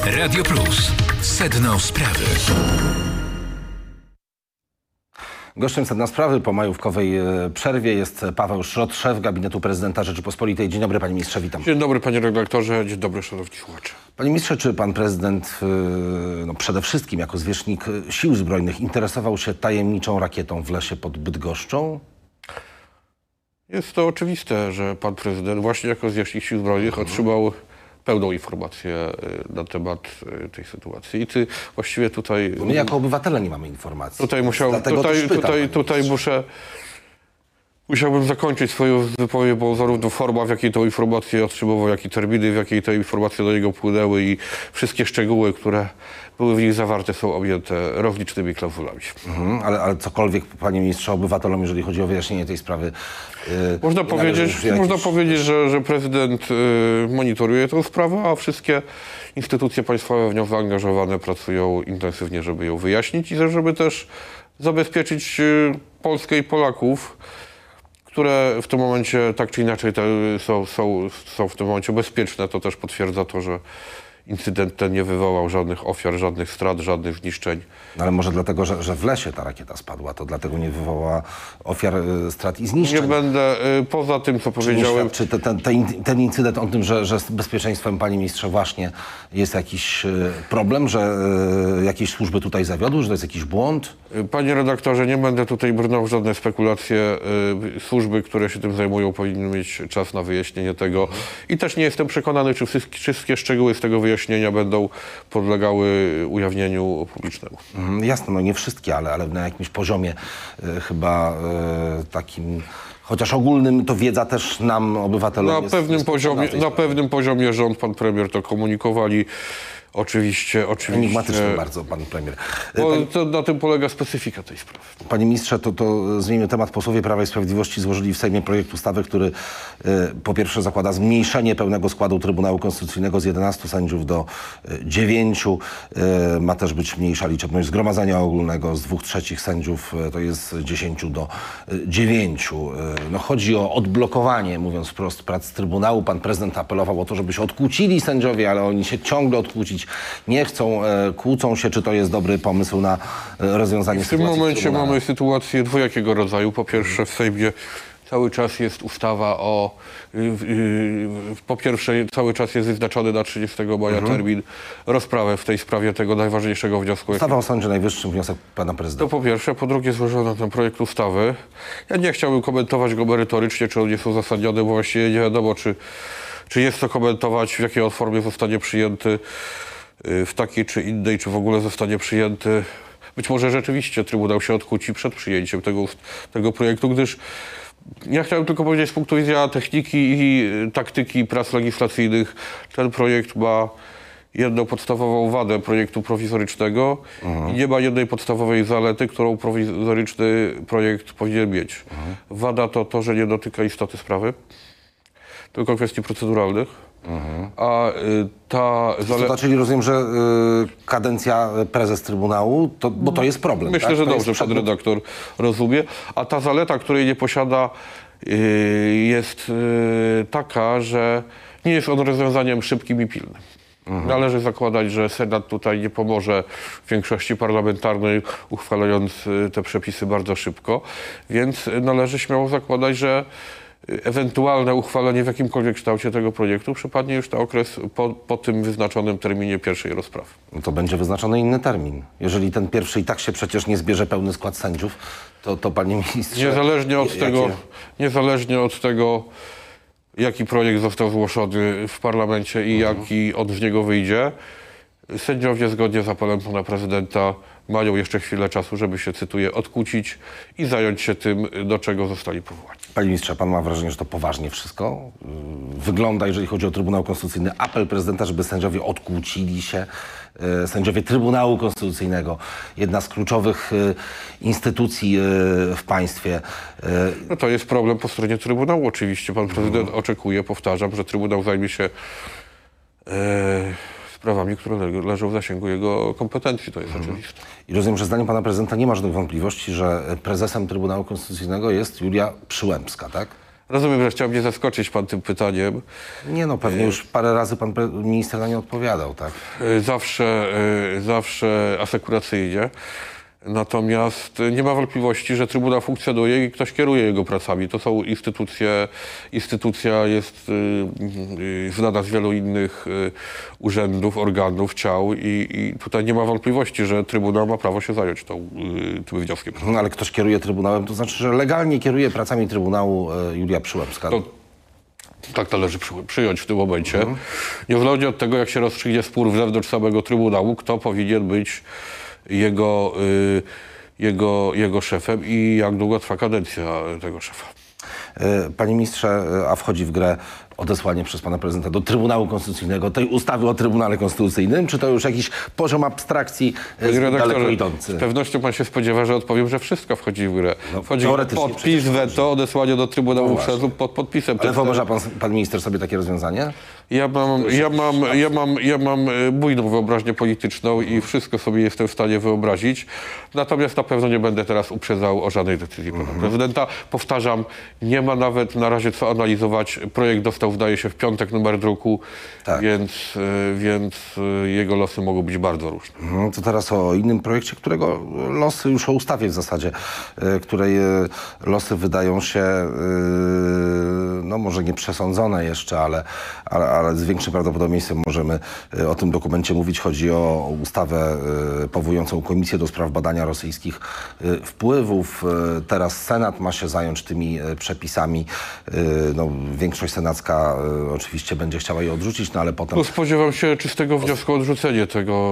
Radio Plus. Sedno sprawy. Gościem Sedna Sprawy po majówkowej przerwie jest Paweł Szrot, szef Gabinetu Prezydenta Rzeczypospolitej. Dzień dobry, panie ministrze, witam. Dzień dobry, panie redaktorze, dzień dobry, szanowni słuchacze. Panie ministrze, czy pan prezydent, przede wszystkim jako zwierzchnik Sił Zbrojnych, interesował się tajemniczą rakietą w lesie pod Bydgoszczą? Jest to oczywiste, że pan prezydent właśnie jako zwierzchnik Sił Zbrojnych otrzymał pełną informację na temat tej sytuacji. I właściwie tutaj... My jako obywatele nie mamy informacji. Musiałbym zakończyć swoją wypowiedź, bo zarówno forma, w jakiej tą informację otrzymywał, jak i terminy, w jakiej te informacje do niego płynęły i wszystkie szczegóły, które były w nich zawarte, są objęte rozlicznymi klauzulami. Ale cokolwiek, panie ministrze, obywatelom, jeżeli chodzi o wyjaśnienie tej sprawy... Można powiedzieć, że prezydent monitoruje tę sprawę, a wszystkie instytucje państwowe w nią zaangażowane pracują intensywnie, żeby ją wyjaśnić i żeby też zabezpieczyć Polskę i Polaków, które w tym momencie tak czy inaczej są w tym momencie bezpieczne. To też potwierdza to, że incydent ten nie wywołał żadnych ofiar, żadnych strat, żadnych zniszczeń. No ale może dlatego, że w lesie ta rakieta spadła, to dlatego nie wywołała ofiar, strat i zniszczeń. Nie będę, poza tym co powiedziałem... Czy ten incydent o tym, że z bezpieczeństwem, panie ministrze, właśnie jest jakiś problem, że jakieś służby tutaj zawiodły, że to jest jakiś błąd? Panie redaktorze, nie będę tutaj brnął w żadne spekulacje. Służby, które się tym zajmują, powinny mieć czas na wyjaśnienie tego. I też nie jestem przekonany, czy wszystkie szczegóły z tego wyjaśnienia będą podlegały ujawnieniu publicznemu. Jasne, no nie wszystkie, ale na jakimś poziomie chyba takim, chociaż ogólnym, to wiedza też nam, obywatelom, na pewnym poziomie rząd, pan premier to komunikowali. Oczywiście. Enigmatyczny bardzo, pan premier. Na tym polega specyfika tej sprawy. Panie ministrze, to zmieńmy temat. Posłowie Prawa i Sprawiedliwości złożyli w Sejmie projekt ustawy, który po pierwsze zakłada zmniejszenie pełnego składu Trybunału Konstytucyjnego z 11 sędziów do 9. Ma też być mniejsza liczebność Zgromadzenia Ogólnego z 2/3 sędziów, to jest 10 do 9. No, chodzi o odblokowanie, mówiąc wprost, prac Trybunału. Pan prezydent apelował o to, żeby się odkłócili sędziowie, ale oni się ciągle odkłócić nie chcą, kłócą się. Czy to jest dobry pomysł na rozwiązanie sytuacji? W tym momencie mamy sytuację dwojakiego rodzaju. Po pierwsze, w Sejmie cały czas jest ustawa po pierwsze, cały czas jest wyznaczony na 30 maja termin rozprawy w tej sprawie tego najważniejszego wniosku. Ustawa o Sądzie Najwyższym, wniosek pana prezydenta. To po pierwsze. Po drugie, złożono ten projekt ustawy. Ja nie chciałbym komentować go merytorycznie, czy on jest uzasadniony, bo właściwie nie wiadomo, czy jest co komentować, w jakiej on formie zostanie przyjęty, w takiej czy innej, czy w ogóle zostanie przyjęty. Być może rzeczywiście Trybunał się odkłóci przed przyjęciem tego projektu, gdyż ja chciałem tylko powiedzieć z punktu widzenia techniki i taktyki prac legislacyjnych, ten projekt ma jedną podstawową wadę projektu prowizorycznego i nie ma jednej podstawowej zalety, którą prowizoryczny projekt powinien mieć. Wada to, że nie dotyka istoty sprawy, tylko kwestii proceduralnych. Czyli rozumiem, że kadencja prezes Trybunału, bo to jest problem. Myślę, tak? że dobrze pan redaktor rozumie. A ta zaleta, której nie posiada, jest taka, że nie jest on rozwiązaniem szybkim i pilnym. Należy zakładać, że Senat tutaj nie pomoże większości parlamentarnej, uchwalając te przepisy bardzo szybko, więc należy śmiało zakładać, że ewentualne uchwalenie w jakimkolwiek kształcie tego projektu przypadnie już na okres po tym wyznaczonym terminie pierwszej rozprawy. No to będzie wyznaczony inny termin. Jeżeli ten pierwszy i tak się przecież nie zbierze pełny skład sędziów, to panie ministrze... Niezależnie od tego, jaki projekt został zgłoszony w parlamencie i jaki on z niego wyjdzie, sędziowie zgodnie z apelem pana prezydenta mają jeszcze chwilę czasu, żeby się, cytuję, odkłócić i zająć się tym, do czego zostali powołani. Panie ministrze, pan ma wrażenie, że to poważnie wszystko wygląda, jeżeli chodzi o Trybunał Konstytucyjny? Apel prezydenta, żeby sędziowie odkłócili się, sędziowie Trybunału Konstytucyjnego, jedna z kluczowych instytucji w państwie. No to jest problem po stronie Trybunału oczywiście. Pan prezydent oczekuje, powtarzam, że Trybunał zajmie się sprawami, które leżą w zasięgu jego kompetencji, to jest oczywiste. I rozumiem, że zdaniem pana prezydenta nie ma żadnych wątpliwości, że prezesem Trybunału Konstytucyjnego jest Julia Przyłębska, tak? Rozumiem, że chciał mnie zaskoczyć pan tym pytaniem. Nie no, pewnie już parę razy pan minister na nie odpowiadał, tak? Zawsze asekuracyjnie. Natomiast nie ma wątpliwości, że Trybunał funkcjonuje i ktoś kieruje jego pracami. To są instytucja jest znana z wielu innych urzędów, organów, ciał i tutaj nie ma wątpliwości, że Trybunał ma prawo się zająć tym wnioskiem. No ale ktoś kieruje Trybunałem, to znaczy, że legalnie kieruje pracami Trybunału Julia Przyłębska. Tak należy przyjąć w tym momencie. Niezależnie od tego, jak się rozstrzygnie spór wewnątrz samego Trybunału, kto powinien być jego szefem i jak długo trwa kadencja tego szefa. Panie ministrze, a wchodzi w grę odesłanie przez pana prezydenta do Trybunału Konstytucyjnego tej ustawy o Trybunale Konstytucyjnym, czy to już jakiś poziom abstrakcji daleko idący? Z pewnością pan się spodziewa, że odpowiem, że wszystko wchodzi w grę. Wchodzi teoretycznie podpis, weto, odesłanie do Trybunału przez pod podpisem. Ale wyobraża pan minister sobie takie rozwiązanie? Ja mam bujną wyobraźnię polityczną i wszystko sobie jestem w stanie wyobrazić. Natomiast na pewno nie będę teraz uprzedzał o żadnej decyzji pana prezydenta. Powtarzam, nie ma nawet na razie co analizować. Projekt dostał, zdaje się, w piątek numer druku, tak. więc jego losy mogą być bardzo różne. To teraz o innym projekcie, którego losy, już o ustawie w zasadzie, której losy wydają się, no może nie przesądzone jeszcze, ale z większym prawdopodobieństwem możemy o tym dokumencie mówić. Chodzi o ustawę powołującą Komisję do spraw badania rosyjskich wpływów. Teraz Senat ma się zająć tymi przepisami. No, większość senacka oczywiście będzie chciała je odrzucić, no ale potem... Spodziewam się czystego wniosku o odrzucenie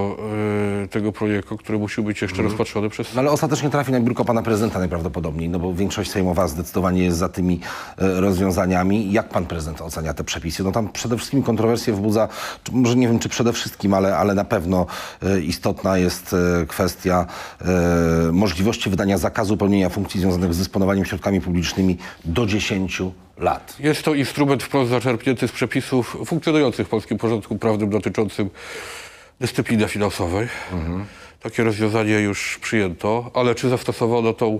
tego projektu, który musi być jeszcze rozpatrzony przez... No ale ostatecznie trafi na biurko pana prezydenta najprawdopodobniej, no bo większość sejmowa zdecydowanie jest za tymi rozwiązaniami. Jak pan prezydent ocenia te przepisy? No tam przede wszystkim kontrowersje wzbudza, może nie wiem czy przede wszystkim, ale na pewno istotna jest kwestia możliwości wydania zakazu pełnienia funkcji związanych z dysponowaniem środkami publicznymi do 10 lat. Jest to instrument wprost zaczerpnięty z przepisów funkcjonujących w polskim porządku prawnym dotyczącym dyscypliny finansowej. Takie rozwiązanie już przyjęto, ale czy zastosowano te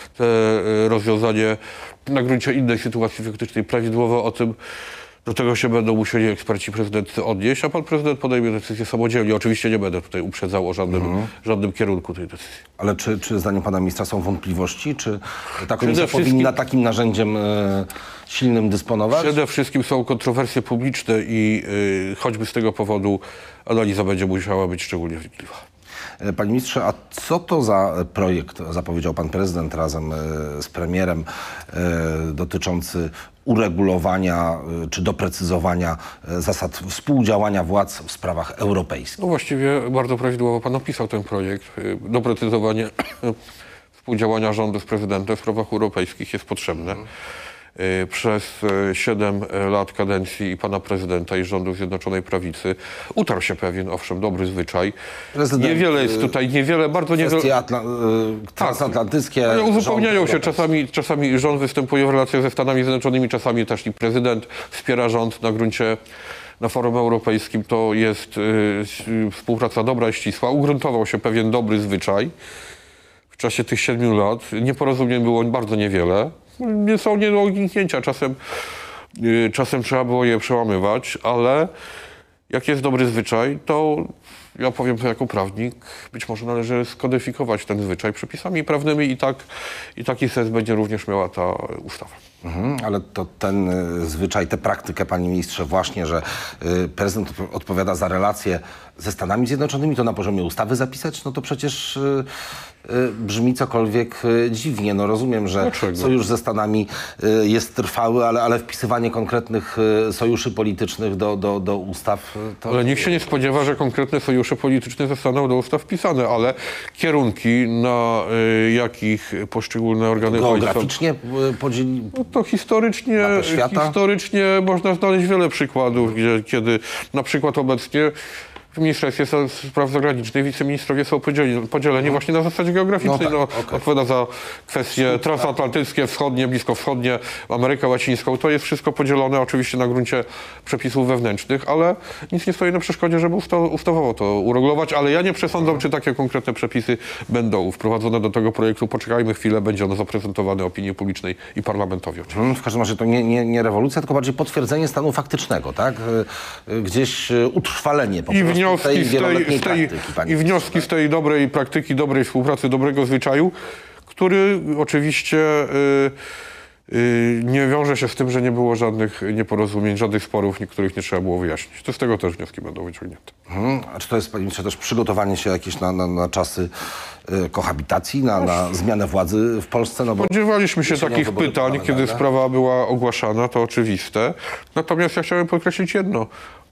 rozwiązanie na gruncie innej sytuacji faktycznej prawidłowo, do tego się będą musieli eksperci prezydency odnieść, a pan prezydent podejmie decyzję samodzielnie. Oczywiście nie będę tutaj uprzedzał o żadnym kierunku tej decyzji. Ale czy zdaniem pana ministra są wątpliwości? Czy ta komisja powinna takim narzędziem silnym dysponować? Przede wszystkim są kontrowersje publiczne i choćby z tego powodu analiza będzie musiała być szczególnie wnikliwa. Panie ministrze, a co to za projekt, zapowiedział pan prezydent razem z premierem, dotyczący uregulowania czy doprecyzowania zasad współdziałania władz w sprawach europejskich? No właściwie bardzo prawidłowo pan opisał ten projekt. Doprecyzowanie współdziałania rządu z prezydentem w sprawach europejskich jest potrzebne. Przez 7 lat kadencji i pana prezydenta i rządu Zjednoczonej Prawicy utarł się pewien, owszem, dobry zwyczaj. Niewiele jest tutaj, bardzo niewiele... Kwestie transatlantyckie... Ale uzupełniają się. Czasami rząd występuje w relacjach ze Stanami Zjednoczonymi, czasami też i prezydent wspiera rząd na forum europejskim. To jest współpraca dobra i ścisła. Ugruntował się pewien dobry zwyczaj. W czasie tych 7 lat nieporozumień było bardzo niewiele. Są nie do uniknięcia. Czasem trzeba było je przełamywać, ale jak jest dobry zwyczaj, to ja powiem to jako prawnik, być może należy skodyfikować ten zwyczaj przepisami prawnymi i taki sens będzie również miała ta ustawa. Ale to ten zwyczaj, tę praktykę, panie ministrze, właśnie, że prezydent odpowiada za relacje ze Stanami Zjednoczonymi, to na poziomie ustawy zapisać, no to przecież brzmi cokolwiek dziwnie. No rozumiem, że sojusz ze Stanami jest trwały, ale wpisywanie konkretnych sojuszy politycznych do ustaw... To... Ale nikt się nie spodziewa, że konkretne sojusze polityczne zostaną do ustaw wpisane, ale kierunki, na jakich poszczególne organy geograficznie podzieli... No to historycznie można znaleźć wiele przykładów, kiedy na przykład obecnie w Ministerstwie Spraw Zagranicznych wiceministrowie są podzieleni właśnie na zasadzie geograficznej. Odpowiada za kwestie transatlantyckie, wschodnie, bliskowschodnie, Amerykę Łacińską. To jest wszystko podzielone oczywiście na gruncie przepisów wewnętrznych, ale nic nie stoi na przeszkodzie, żeby ustawowo to uregulować. Ale ja nie przesądzam, czy takie konkretne przepisy będą wprowadzone do tego projektu. Poczekajmy chwilę, będzie ono zaprezentowane opinii publicznej i parlamentowi oczywiście. W każdym razie to nie rewolucja, tylko bardziej potwierdzenie stanu faktycznego, tak? Gdzieś utrwalenie po prostu tej wieloletniej praktyki. I wnioski z tej dobrej praktyki, dobrej współpracy, dobrego zwyczaju, który oczywiście nie wiąże się z tym, że nie było żadnych nieporozumień, żadnych sporów, których nie trzeba było wyjaśnić. To z tego też wnioski będą wyciągnięte. A czy to jest, panie ministrze, też przygotowanie się jakieś na czasy kohabitacji, na zmianę władzy w Polsce? No bo spodziewaliśmy się takich pytań, kiedy sprawa była ogłaszana, to oczywiste. Natomiast ja chciałem podkreślić jedno.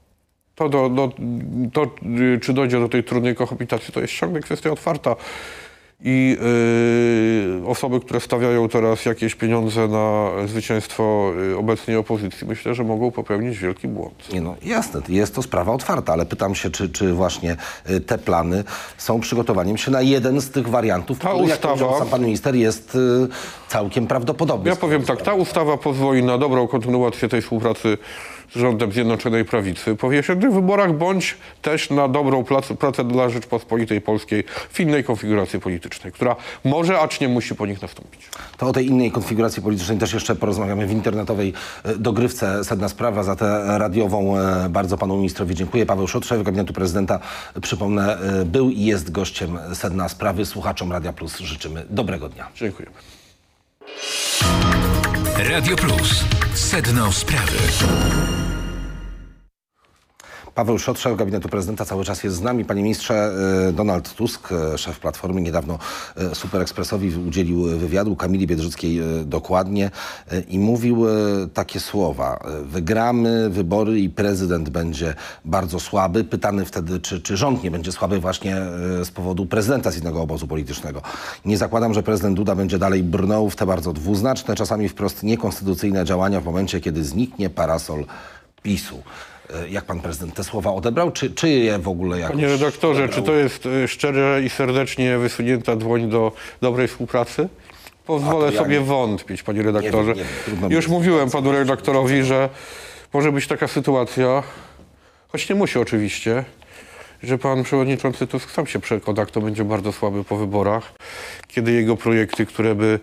To, czy dojdzie do tej trudnej kohabitacji, to jest ciągle kwestia otwarta. I osoby, które stawiają teraz jakieś pieniądze na zwycięstwo obecnej opozycji, myślę, że mogą popełnić wielki błąd. Nie no, jasne, jest to sprawa otwarta, ale pytam się, czy właśnie te plany są przygotowaniem się na jeden z tych wariantów, który, jak powiedział sam pan minister, jest całkiem prawdopodobny. Ja powiem tak, ta ustawa pozwoli na dobrą kontynuację tej współpracy z rządem Zjednoczonej Prawicy po jesiennych wyborach, bądź też na dobrą pracę dla Rzeczpospolitej Polskiej w innej konfiguracji politycznej, która może, acz nie musi po nich nastąpić. To o tej innej konfiguracji politycznej też jeszcze porozmawiamy w internetowej dogrywce Sedna Sprawa. Za tę radiową bardzo panu ministrowi dziękuję. Paweł Szotrzew, gabinetu prezydenta, przypomnę, był i jest gościem Sedna Sprawy. Słuchaczom Radia Plus życzymy dobrego dnia. Dziękujemy. Radio Plus. Sedno Sprawy. Paweł Szotrzew, gabinetu prezydenta, cały czas jest z nami. Panie ministrze, Donald Tusk, szef Platformy, niedawno Super Expressowi udzielił wywiadu, Kamili Biedrzyckiej dokładnie, i mówił takie słowa: wygramy wybory i prezydent będzie bardzo słaby. Pytany wtedy, czy rząd nie będzie słaby właśnie z powodu prezydenta z innego obozu politycznego. Nie zakładam, że prezydent Duda będzie dalej brnął w te bardzo dwuznaczne, czasami wprost niekonstytucyjne działania w momencie, kiedy zniknie parasol PiS-u. Jak pan prezydent te słowa odebrał, czy je w ogóle jakoś Panie redaktorze, odebrał? czy to jest szczerze i serdecznie wysunięta dłoń do dobrej współpracy? Pozwolę sobie wątpić, panie redaktorze. Już mówiłem panu redaktorowi, że może być taka sytuacja, choć nie musi oczywiście, że pan przewodniczący Tusk sam się przekona, kto będzie bardzo słaby po wyborach, kiedy jego projekty, które by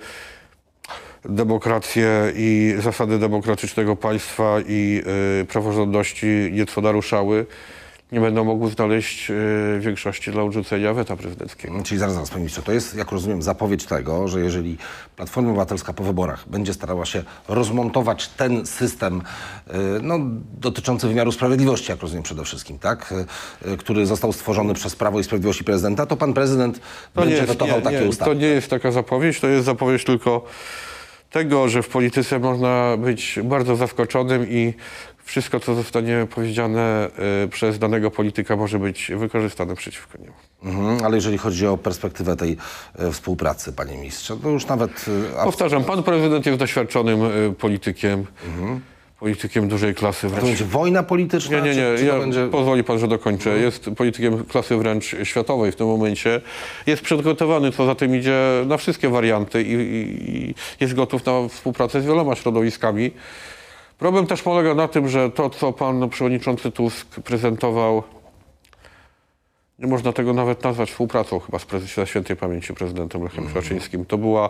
demokrację i zasady demokratycznego państwa i praworządności nieco naruszały, nie będą mogły znaleźć większości dla odrzucenia weta prezydenckiego. Czyli zaraz, panie ministrze, to jest, jak rozumiem, zapowiedź tego, że jeżeli Platforma Obywatelska po wyborach będzie starała się rozmontować ten system dotyczący wymiaru sprawiedliwości, jak rozumiem przede wszystkim, tak? Który został stworzony przez Prawo i Sprawiedliwość prezydenta, to pan prezydent będzie wetował takie ustawy. To nie jest taka zapowiedź, to jest zapowiedź tylko tego, że w polityce można być bardzo zaskoczonym i wszystko, co zostanie powiedziane przez danego polityka, może być wykorzystane przeciwko niemu. Ale jeżeli chodzi o perspektywę tej współpracy, panie ministrze, to już nawet... Powtarzam, pan prezydent jest doświadczonym politykiem, politykiem dużej klasy wręcz. To będzie wojna polityczna? Nie. Pozwoli pan, że dokończę. Jest politykiem klasy wręcz światowej w tym momencie. Jest przygotowany, co za tym idzie, na wszystkie warianty i jest gotów na współpracę z wieloma środowiskami. Problem też polega na tym, że to, co pan przewodniczący Tusk prezentował, nie można tego nawet nazwać współpracą chyba z świętej pamięci prezydentem Lechem Kaczyńskim. To była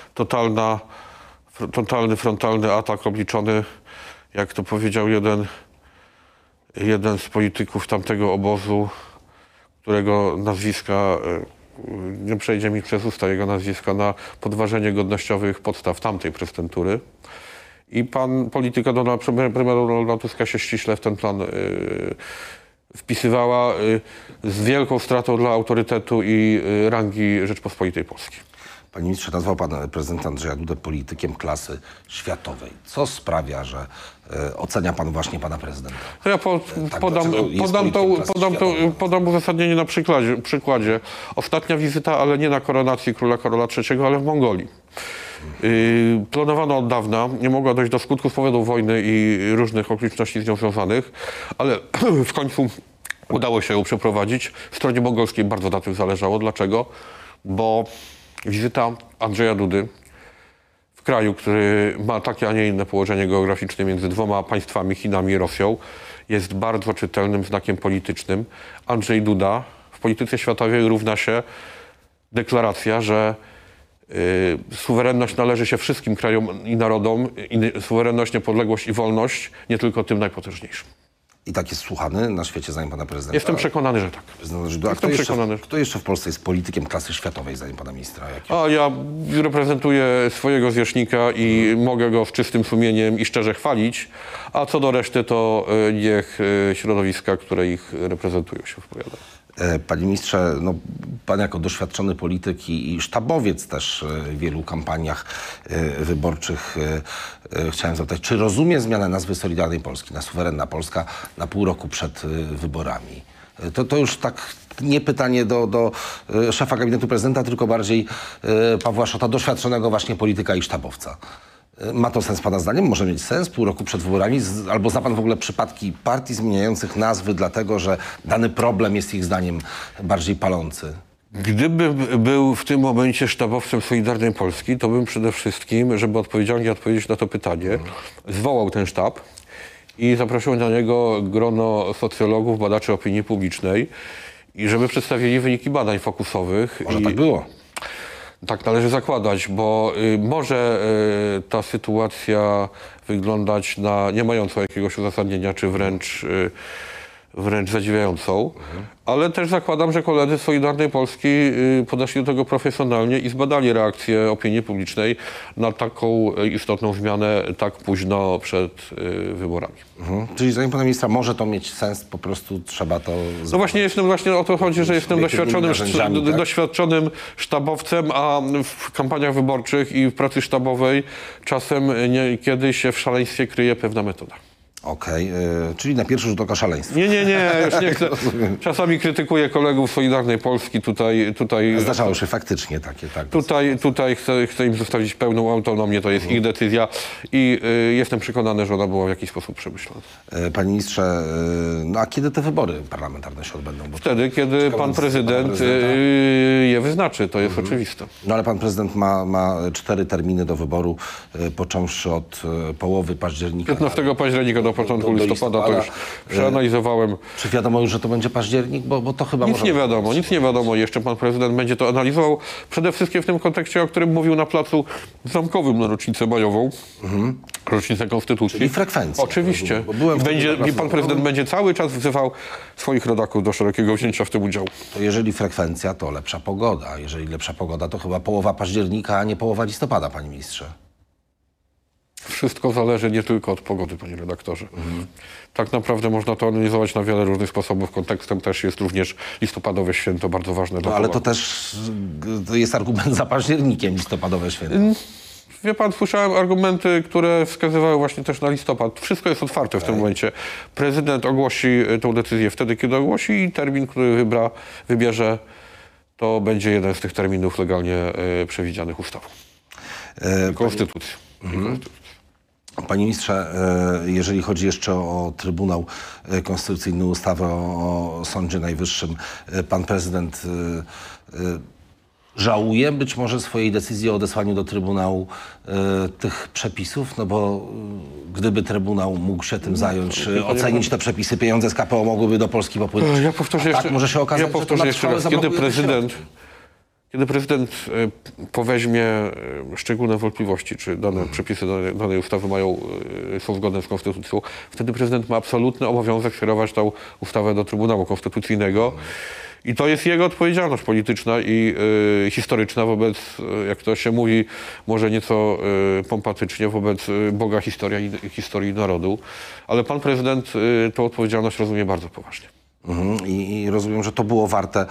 totalny, frontalny atak obliczony, jak to powiedział jeden z polityków tamtego obozu, którego nazwiska, nie przejdzie mi przez usta jego nazwiska, na podważenie godnościowych podstaw tamtej prezydentury. I polityka premiera Donalda Tuska się ściśle w ten plan wpisywała z wielką stratą dla autorytetu i rangi Rzeczpospolitej Polskiej. Panie ministrze, nazwał pan prezydenta Andrzeja Dudę politykiem klasy światowej. Co sprawia, że ocenia pan właśnie pana prezydenta? To ja podam uzasadnienie na przykładzie. Ostatnia wizyta, ale nie na koronacji króla Karola III, ale w Mongolii. Planowano od dawna, nie mogła dojść do skutku z powodu wojny i różnych okoliczności z nią związanych, ale w końcu Udało się ją przeprowadzić. Stronie mongolskiej bardzo na tym zależało. Dlaczego? Bo wizyta Andrzeja Dudy w kraju, który ma takie, a nie inne położenie geograficzne między dwoma państwami, Chinami i Rosją, jest bardzo czytelnym znakiem politycznym. Andrzej Duda w polityce światowej równa się deklaracja, że suwerenność należy się wszystkim krajom i narodom, suwerenność, niepodległość i wolność, nie tylko tym najpotężniejszym. I tak jest słuchany na świecie, zdaniem pana prezydenta? Jestem przekonany, że tak. Kto jeszcze w Polsce jest politykiem klasy światowej, zdaniem pana ministra? A ja reprezentuję swojego zwierzchnika i mogę go z czystym sumieniem i szczerze chwalić, a co do reszty, to niech środowiska, które ich reprezentują, się wypowiadają. Panie ministrze, no, pan jako doświadczony polityk i sztabowiec też w wielu kampaniach wyborczych, chciałem zapytać, czy rozumie zmianę nazwy Solidarnej Polski na Suwerenna Polska na pół roku przed wyborami? To już tak nie pytanie do szefa gabinetu prezydenta, tylko bardziej Pawła Szrota, doświadczonego właśnie polityka i sztabowca. Ma to sens pana zdaniem? Może mieć sens pół roku przed wyborami? Albo zna pan w ogóle przypadki partii zmieniających nazwy dlatego, że dany problem jest ich zdaniem bardziej palący? Gdybym był w tym momencie sztabowcem Solidarnej Polski, to bym przede wszystkim, żeby odpowiedzialnie odpowiedzieć na to pytanie, zwołał ten sztab i zaprosił na niego grono socjologów, badaczy opinii publicznej i żeby przedstawili wyniki badań fokusowych. Może tak było? Tak należy zakładać, bo może ta sytuacja wyglądać na nie mającą jakiegoś uzasadnienia, czy wręcz zadziwiającą, ale też zakładam, że koledzy z Solidarnej Polski podeszli do tego profesjonalnie i zbadali reakcję opinii publicznej na taką istotną zmianę tak późno przed wyborami. Czyli zdaniem pana ministra może to mieć sens, po prostu trzeba to... No właśnie o to chodzi, że jestem doświadczonym sztabowcem, a w kampaniach wyborczych i w pracy sztabowej czasem niekiedy się w szaleństwie kryje pewna metoda. Okej, czyli na pierwszy rzut oka szaleństwo. Nie, już nie chcę. Czasami krytykuję kolegów Solidarnej Polski, tutaj Zdarzało się faktycznie takie, tak. Tutaj chcę im zostawić pełną autonomię, to jest ich decyzja i jestem przekonany, że ona była w jakiś sposób przemyślana. Panie ministrze, no a kiedy te wybory parlamentarne się odbędą? Bo wtedy, kiedy pan prezydent je wyznaczy, to jest oczywiste. No ale pan prezydent ma 4 terminy do wyboru, począwszy od połowy października. 15 października do początku listopada, to już przeanalizowałem. Czy wiadomo już, że to będzie październik? Bo to chyba Nic nie wiadomo. Jeszcze pan prezydent będzie to analizował. Przede wszystkim w tym kontekście, o którym mówił na Placu Zamkowym na rocznicę majową, rocznicę Konstytucji. Czyli frekwencja. Oczywiście. Pan prezydent będzie cały czas wzywał swoich rodaków do szerokiego wzięcia w tym udziału. To jeżeli frekwencja, to lepsza pogoda. Jeżeli lepsza pogoda, to chyba połowa października, a nie połowa listopada, panie ministrze. Wszystko zależy nie tylko od pogody, panie redaktorze. Tak naprawdę można to analizować na wiele różnych sposobów. Kontekstem też jest również listopadowe święto, bardzo ważne dla ale Polaków. to też jest argument za październikiem, listopadowe święto. Wie pan, słyszałem argumenty, które wskazywały właśnie też na listopad. Wszystko jest otwarte w tym momencie. Prezydent ogłosi tę decyzję wtedy, kiedy ogłosi i termin, który wybierze, to będzie jeden z tych terminów legalnie przewidzianych ustawą. Konstytucją. Panie ministrze, jeżeli chodzi jeszcze o Trybunał Konstytucyjny, ustawę o Sądzie Najwyższym, pan prezydent żałuje być może swojej decyzji o odesłaniu do Trybunału tych przepisów? No bo gdyby Trybunał mógł się tym zająć, ocenić te przepisy, pieniądze z KPO mogłyby do Polski popłynąć. Ja powtórzę jeszcze, może się okazać, że to jeszcze raz. Kiedy prezydent poweźmie szczególne wątpliwości, czy dane przepisy danej ustawy są zgodne z konstytucją, wtedy prezydent ma absolutny obowiązek skierować tę ustawę do Trybunału Konstytucyjnego. I to jest jego odpowiedzialność polityczna i historyczna wobec, jak to się mówi, może nieco pompatycznie, wobec Boga historii narodu. Ale pan prezydent tę odpowiedzialność rozumie bardzo poważnie. I rozumiem, że to było warte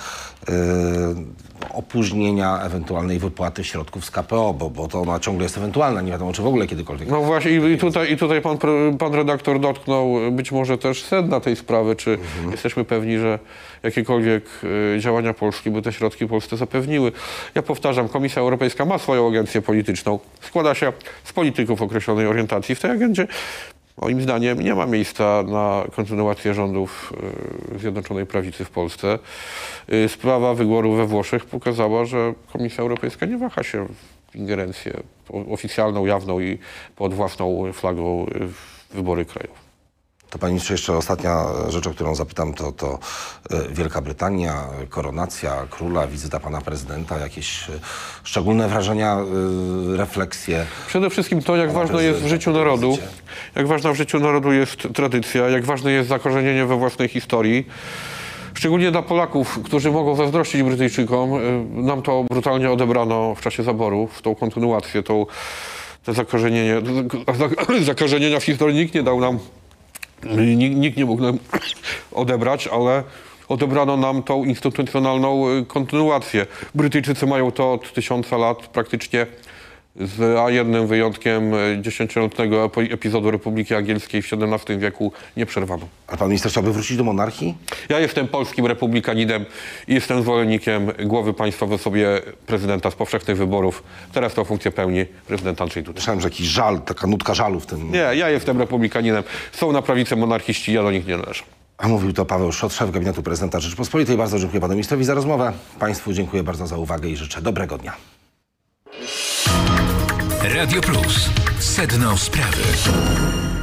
opóźnienia ewentualnej wypłaty środków z KPO, bo to ona ciągle jest ewentualna, nie wiadomo, czy w ogóle kiedykolwiek. No właśnie i tutaj pan redaktor dotknął być może też sedna tej sprawy, czy jesteśmy pewni, że jakiekolwiek działania Polski by te środki Polsce zapewniły. Ja powtarzam, Komisja Europejska ma swoją agencję polityczną, składa się z polityków określonej orientacji. W tej agendzie Moim zdaniem nie ma miejsca na kontynuację rządów Zjednoczonej Prawicy w Polsce. Sprawa wyborów we Włoszech pokazała, że Komisja Europejska nie waha się w ingerencję oficjalną, jawną i pod własną flagą w wybory krajów. To panie ministrze, jeszcze ostatnia rzecz, o którą zapytam, to Wielka Brytania, koronacja króla, wizyta pana prezydenta, jakieś szczególne wrażenia, refleksje? Przede wszystkim to, jak ważne jest w życiu narodu, jak ważna w życiu narodu jest tradycja, jak ważne jest zakorzenienie we własnej historii. Szczególnie dla Polaków, którzy mogą zazdrościć Brytyjczykom, nam to brutalnie odebrano w czasie zaborów, tą kontynuację, to zakorzenienia w historii nikt nie dał nam. Nikt nie mógł nam odebrać, ale odebrano nam tą instytucjonalną kontynuację. Brytyjczycy mają to od 1000 lat praktycznie, z jednym wyjątkiem 10-letniego epizodu Republiki Angielskiej w XVII wieku nieprzerwano. A pan minister chciałby wrócić do monarchii? Ja jestem polskim republikaninem i jestem zwolennikiem głowy państwa w osobie prezydenta z powszechnych wyborów. Teraz tę funkcję pełni prezydent Andrzej Duda. Słyszałem, że jakiś żal, taka nutka żalu w tym. Nie, ja jestem republikaninem. Są na prawicy monarchiści, ja do nich nie należę. A mówił to Paweł Szrot, szef gabinetu prezydenta Rzeczypospolitej. Bardzo dziękuję panu ministrowi za rozmowę. Państwu dziękuję bardzo za uwagę i życzę dobrego dnia. Radio Plus. Sedno sprawy.